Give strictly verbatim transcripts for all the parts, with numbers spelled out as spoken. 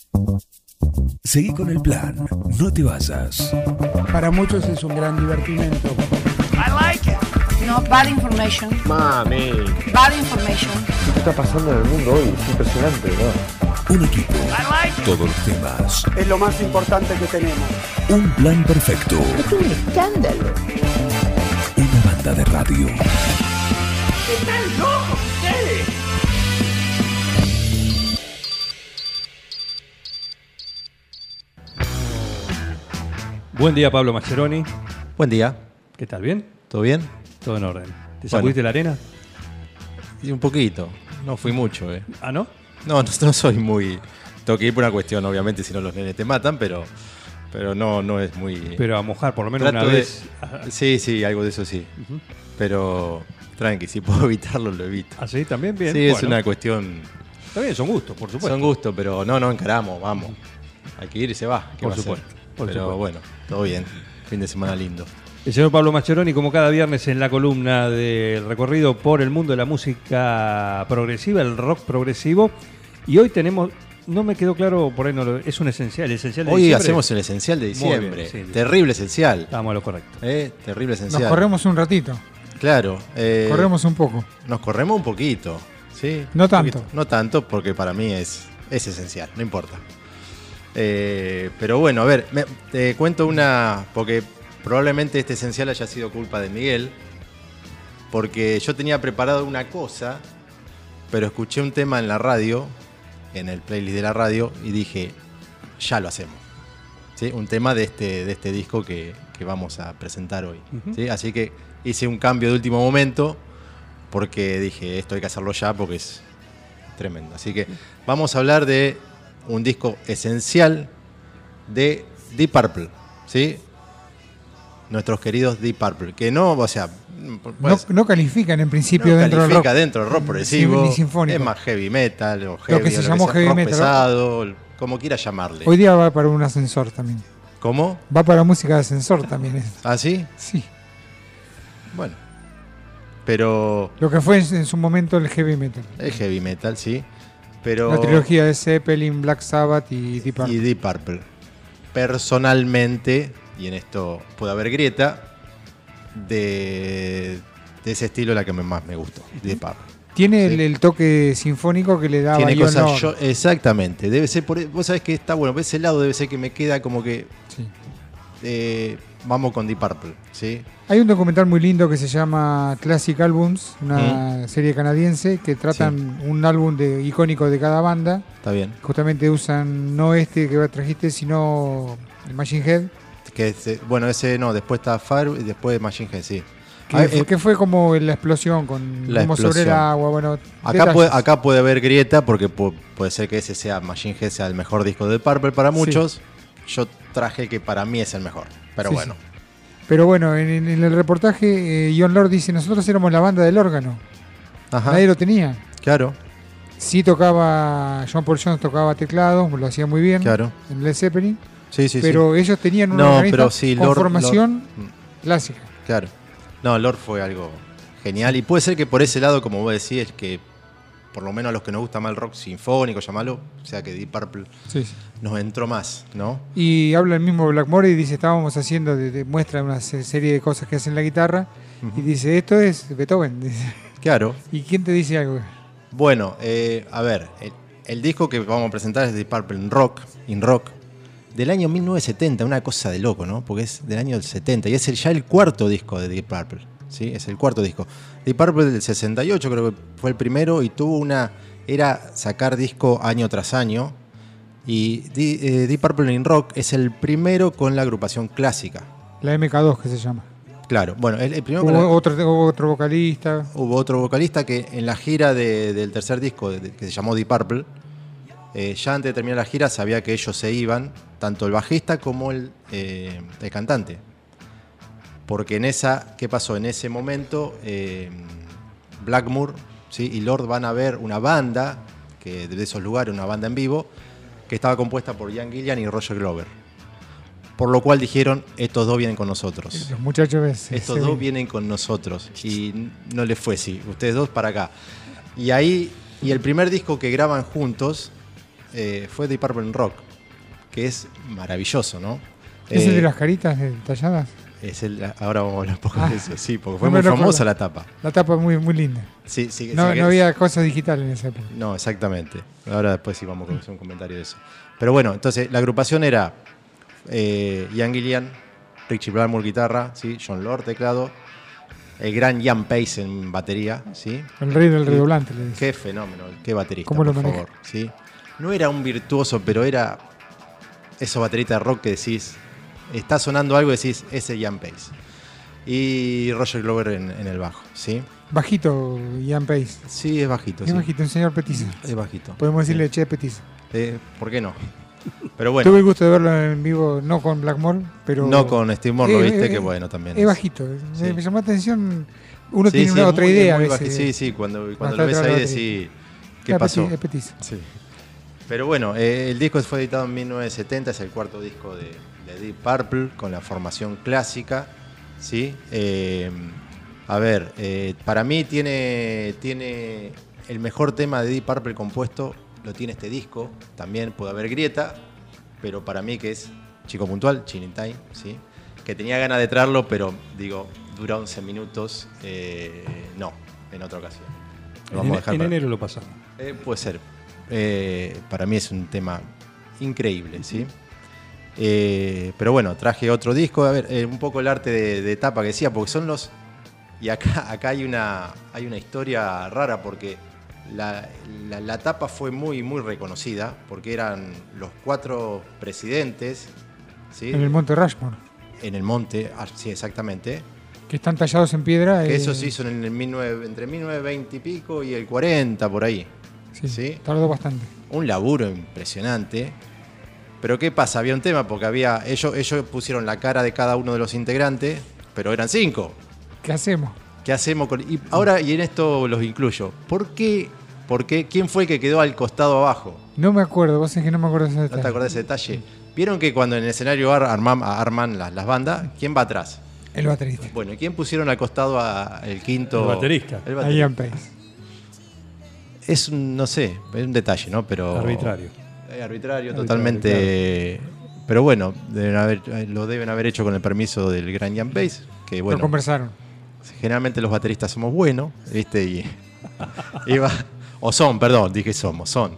Seguí con el plan, no te vayas. Para muchos es un gran divertimento. I like it. No, bad information. Mami. Bad information. ¿Qué está pasando en el mundo hoy? Es impresionante, ¿no? Un equipo, I like it. todos los temas, Es lo más importante que tenemos. un plan perfecto, Es un escándalo. una banda de radio. ¡Están locos ustedes! Buen día, Pablo Mascheroni. Buen día, ¿Qué tal? ¿Bien? ¿todo bien? Todo en orden. ¿Te Bueno. sacudiste la arena? Y un poquito, no fui mucho, eh. ¿Ah, no? No, no, no soy muy... Tengo que ir por una cuestión, obviamente, si no los nenes te matan, pero, pero no, no es muy... Pero a mojar, por lo menos Trato una de- vez. Sí, sí, algo de eso sí. Ujú. Pero tranqui, si puedo evitarlo, lo evito. ¿Ah, sí? ¿También? Bien. Sí, es Bueno, una cuestión... Está bien, son gustos, por supuesto. Son gustos, pero no, no encaramos, vamos. Hay que ir y se va. ¿Qué Por va a supuesto, hacer? por Pero supuesto. bueno, todo bien. Fin de semana lindo. El señor Pablo Mascheroni, como cada viernes en la columna del recorrido por el mundo de la música progresiva, el rock progresivo. Y hoy tenemos, no me quedó claro, por ahí no lo, es un esencial, el esencial de Hoy diciembre. hacemos el esencial de Muy diciembre. bien, sí. Terrible esencial. Estamos a lo correcto. Eh, terrible esencial. Nos corremos un ratito. Claro. eh, Corremos un poco. Nos corremos un poquito, ¿sí? No Un tanto. poquito. No tanto, porque para mí es, es esencial, no importa. Eh, pero bueno, a ver, me- te cuento una, porque probablemente este esencial haya sido culpa de Miguel, porque yo tenía preparado una cosa, pero escuché un tema en la radio, en el playlist de la radio, y dije, ya lo hacemos. ¿Sí? Un tema de este, de este disco que, que vamos a presentar hoy. Ujú. ¿Sí? Así que hice un cambio de último momento, porque dije, esto hay que hacerlo ya porque es tremendo. Así que vamos a hablar de un disco esencial de Deep Purple, ¿sí? Nuestros queridos Deep Purple, que no, o sea, No, pues, no califican en principio no dentro del rock. califica dentro del rock progresivo, ni sinfónico. es más heavy metal o heavy, que se o llamó sea, heavy rock metal. pesado, como quiera llamarle. Hoy día va para un ascensor también. ¿Cómo? Va para música de ascensor también. Es. ¿Ah, sí? Sí. Bueno. Pero Lo que fue en, en su momento el heavy metal. es heavy metal, sí. Pero La trilogía de Zeppelin, Black Sabbath y Deep Purple. y Deep Purple. Personalmente, y en esto puede haber grieta, de, de ese estilo la que me- más me gustó, Deep Purple. Tiene Sí. el, el toque sinfónico que le daba Tiene Ian cosas, Lord. yo- exactamente, debe ser por, vos sabés que está bueno, por ese lado debe ser que me queda como que Sí. eh, vamos con Deep Purple, ¿sí? Hay un documental muy lindo que se llama Classic Albums, una serie canadiense que tratan un álbum de, icónico de cada banda. Está bien. Justamente usan no este que trajiste, sino el Machine Head, Que ese- bueno, ese no, después está Fire y después Machine Head, sí. que, Ah, fue, eh, que fue como la explosión, con La como sobre el explosión. agua. Bueno, Acá detalles. puede, acá puede haber grieta porque pu- puede ser que ese sea Machine Head sea el mejor disco de Purple para muchos. Yo traje que para mí es el mejor. Pero Sí, bueno, sí. Pero bueno, en, en- en el reportaje, eh, Ian Lord dice: nosotros éramos la banda del órgano. ajá, Nadie lo tenía. claro, Sí tocaba, John Paul Jones tocaba teclado, lo hacía muy bien claro. en Led Zeppelin. Sí, sí, pero ellos tenían una No, organista pero sí, con Lord- formación Lord- clásica. sí, claro. No, Lord fue algo genial y puede ser que por ese lado, como vos decís, es que por lo menos a los que nos gusta más el rock sinfónico, llamalo, o sea que Deep Purple Sí, sí. nos entró más, ¿no? Y habla el mismo Blackmore y dice: estábamos haciendo, de, de- muestra una se- serie de cosas que hacen la guitarra y dice: esto es Beethoven. Dice. Claro. ¿Y quién te dice algo? Bueno, eh, a ver, el, el disco que vamos a presentar es Deep Purple in Rock, in Rock, del año mil novecientos setenta, una cosa de loco, ¿no? Porque es del año del setenta y es el, ya el cuarto disco de Deep Purple, ¿sí? Es el cuarto disco. Deep Purple del sesenta y ocho creo que fue el primero y tuvo una... Era sacar disco año tras año y Di- eh, Deep Purple in Rock es el primero con la agrupación clásica. La M K dos que se llama. Claro, bueno, el, el primero con la- Hubo otro, otro vocalista. Hubo otro vocalista que en la gira de- del tercer disco, de- que se llamó Deep Purple, eh, ya antes de terminar la gira sabía que ellos se iban, tanto el bajista como el, eh, el cantante. Porque en esa, ¿qué pasó? En ese momento, eh, Blackmore, ¿sí? y Lord van a ver una banda, que de esos lugares, una banda en vivo, que estaba compuesta por Ian Gillan y Roger Glover. Por lo cual dijeron, estos dos vienen con nosotros. Los muchachos ves, Estos se dos ven. vienen con nosotros. Y no les fue así. Ustedes dos para acá. Y ahí, y el primer disco que graban juntos eh, fue Deep Purple en rock, que es maravilloso, ¿no? ¿Es Eh, el de las caritas talladas? Es el, ahora vamos a hablar un poco Ah. de eso, sí, porque fue No me muy lo famosa acuerdo. la tapa. La tapa es muy, muy linda. Sí, sí, No, sí, no había cosas digitales en esa época. No, exactamente. Ahora después sí vamos a hacer un comentario de eso. Pero bueno, entonces la agrupación era eh, Ian Gillan, Richie Blackmore guitarra, ¿sí? John Lord teclado, el gran Ian Pace en batería, ¿sí? El rey del redoblante, le dice. Qué fenómeno, qué baterista, ¿Cómo lo por maneja? favor, ¿sí? No era un virtuoso, pero era esos bateristas de rock que decís, está sonando algo y decís, ese es Ian Pace. Y Roger Glover en, en el bajo, ¿sí? Bajito, Ian Pace. Sí, es bajito, Es sí. bajito, un señor petizo. Es bajito. Podemos decirle Sí. che petizo. Eh, ¿Por qué no? Pero bueno. Tuve el gusto de verlo en vivo, no con Blackmore, pero. No con Steve Moore, lo Eh, viste, eh, que bueno también. Es bajito. Sí. Me, me llamó la atención. Uno Sí, tiene sí, una es otra muy- idea es muy a veces. baji- Sí, sí, cuando, cuando Cuando lo ves está ahí atrás de la decís, ¿qué Es pasó? peti- es petizo. Sí. Pero bueno, eh, el disco fue editado en mil novecientos setenta, es el cuarto disco de, de Deep Purple con la formación clásica, ¿sí? Eh, a ver, eh, para mí tiene, tiene el mejor tema de Deep Purple compuesto, lo tiene este disco, también puede haber grieta, pero para mí que es Chico Puntual, Chilling Time, ¿sí? Que tenía ganas de traerlo, pero digo, dura once minutos, eh, no, en otra ocasión. Lo En, vamos a dejar en para- enero lo pasamos. eh, puede ser. Eh, para mí es un tema increíble, ¿sí? Eh, pero bueno, traje otro disco. A ver, eh, un poco el arte de, de tapa que decía, porque son los... Y acá, acá hay, una, hay una historia rara, porque la, la- la tapa fue muy, muy reconocida, porque eran los cuatro presidentes, ¿sí? En el Monte Rushmore, En el monte, ah, sí, exactamente. que están tallados en piedra. Que eh, eso se hizo en el mil novecientos, entre mil novecientos veinte y pico y el cuarenta, por ahí. Sí, ¿sí? tardó bastante. Un laburo impresionante. Pero ¿qué pasa? Había un tema porque había ellos, ellos pusieron la cara de cada uno de los integrantes, pero eran cinco. ¿Qué hacemos? ¿Qué hacemos con...? Y ahora, y en esto los incluyo. ¿Por qué? ¿Por qué? ¿Quién fue el que quedó al costado abajo? No me acuerdo, vos es que no me acuerdo de ese ¿No detalle. te acordás de ese detalle? ¿Vieron que cuando en el escenario ar- arman, arman las, las bandas, quién va atrás? El baterista. Bueno, ¿y quién pusieron al costado al quinto? El baterista. El A baterista. Ian Pace. Es un, no sé, es un detalle, ¿no? Pero Arbitrario. Es arbitrario, Arbitrario, totalmente. Pero bueno, deben haber, lo deben haber hecho con el permiso del gran Ian Pace, que Lo bueno, conversaron. generalmente los bateristas somos buenos, ¿viste? Y, y va- o son, perdón, dije somos, son.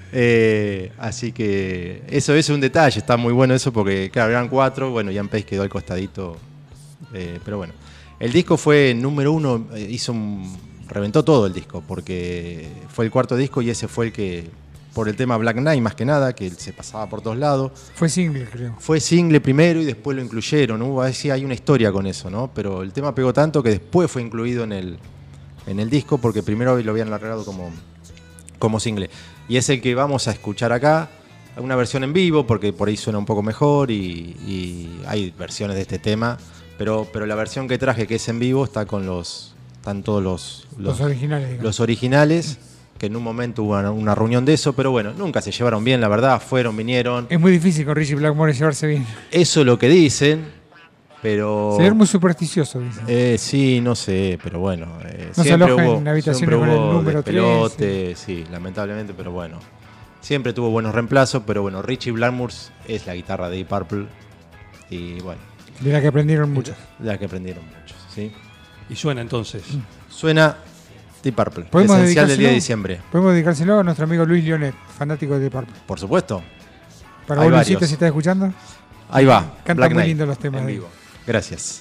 Eh, así que eso, eso es un detalle, está muy bueno eso porque, claro, eran cuatro, bueno, Ian Pace quedó al costadito, eh, pero bueno. El disco fue número uno, eh, hizo un, reventó todo el disco, porque fue el cuarto disco y ese fue el que, por el tema Black Knight más que nada, que se pasaba por todos lados. Fue single, creo. Fue single primero y después lo incluyeron. Hubo, a ver si hay una historia con eso, ¿no? Pero el tema pegó tanto que después fue incluido en el, en el disco, porque primero lo habían largado como, como single. Y es el que vamos a escuchar acá, una versión en vivo, porque por ahí suena un poco mejor y, y hay versiones de este tema. Pero, pero la versión que traje, que es en vivo, está con los. Están todos los, Los, originales, digamos. los originales, que en un momento hubo una, una reunión de eso, pero bueno, nunca se llevaron bien, la verdad, fueron, vinieron. Es muy difícil con Richie Blackmore llevarse bien. Eso es lo que dicen, pero... Ser muy supersticioso, dicen. Eh, sí, no sé, pero bueno. eh, No se siempre aloja hubo, en habitaciones siempre con el hubo número despelote, sí, lamentablemente, pero bueno. Siempre tuvo buenos reemplazos, pero bueno, Richie Blackmore es la guitarra de Deep Purple y bueno, De la que aprendieron muchos. de la que aprendieron muchos, ¿sí? Y suena entonces. Suena Deep Purple, ¿Podemos esencial del día de dedicárselo? diciembre, Podemos dedicárselo a nuestro amigo Luis Leonet, fanático de Deep Purple. por supuesto. Para Hay vos, Luisito, varios. si estás escuchando. Ahí va, Canta Black muy Knight, lindo los temas en de- vivo. Gracias.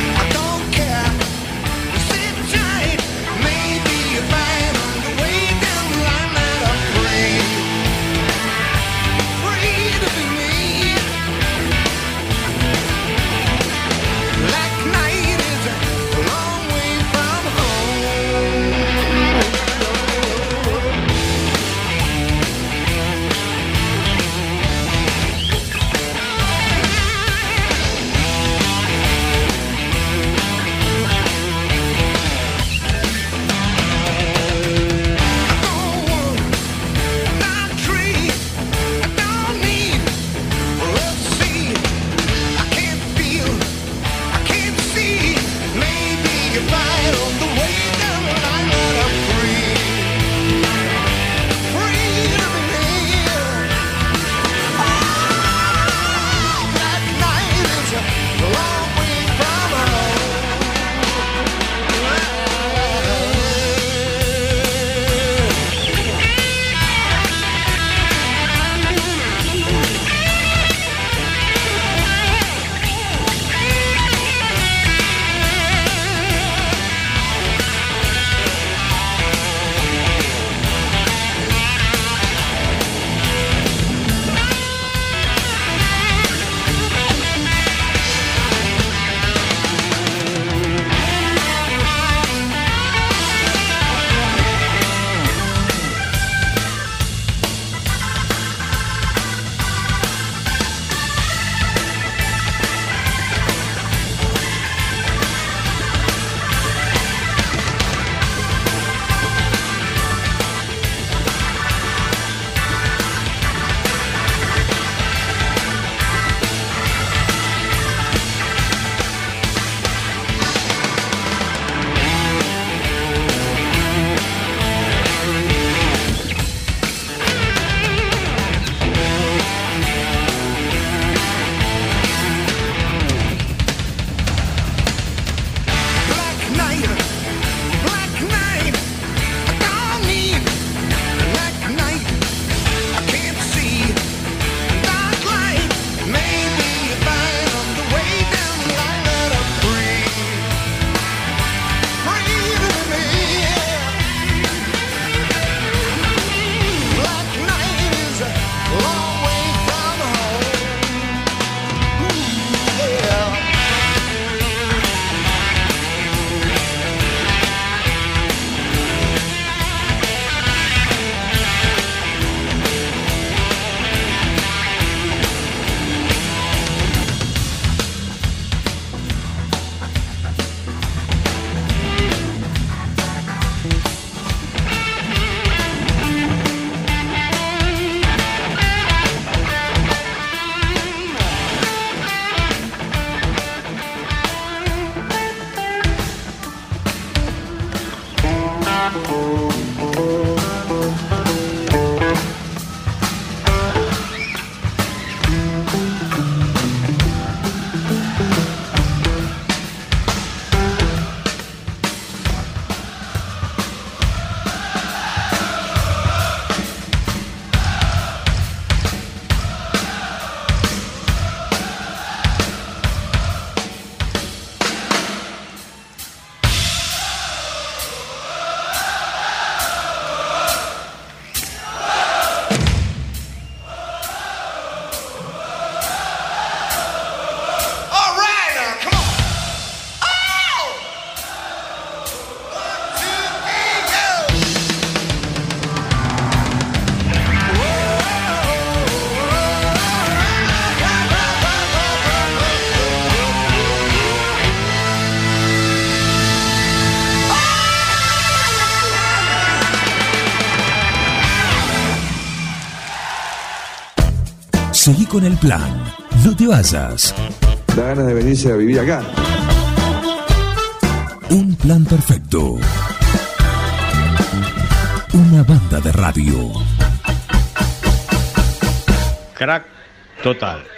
Maybe you're fine on the way down. Seguí con el plan. No te vayas. Da ganas de venirse a vivir acá. Un plan perfecto. Una banda de radio. Crack total.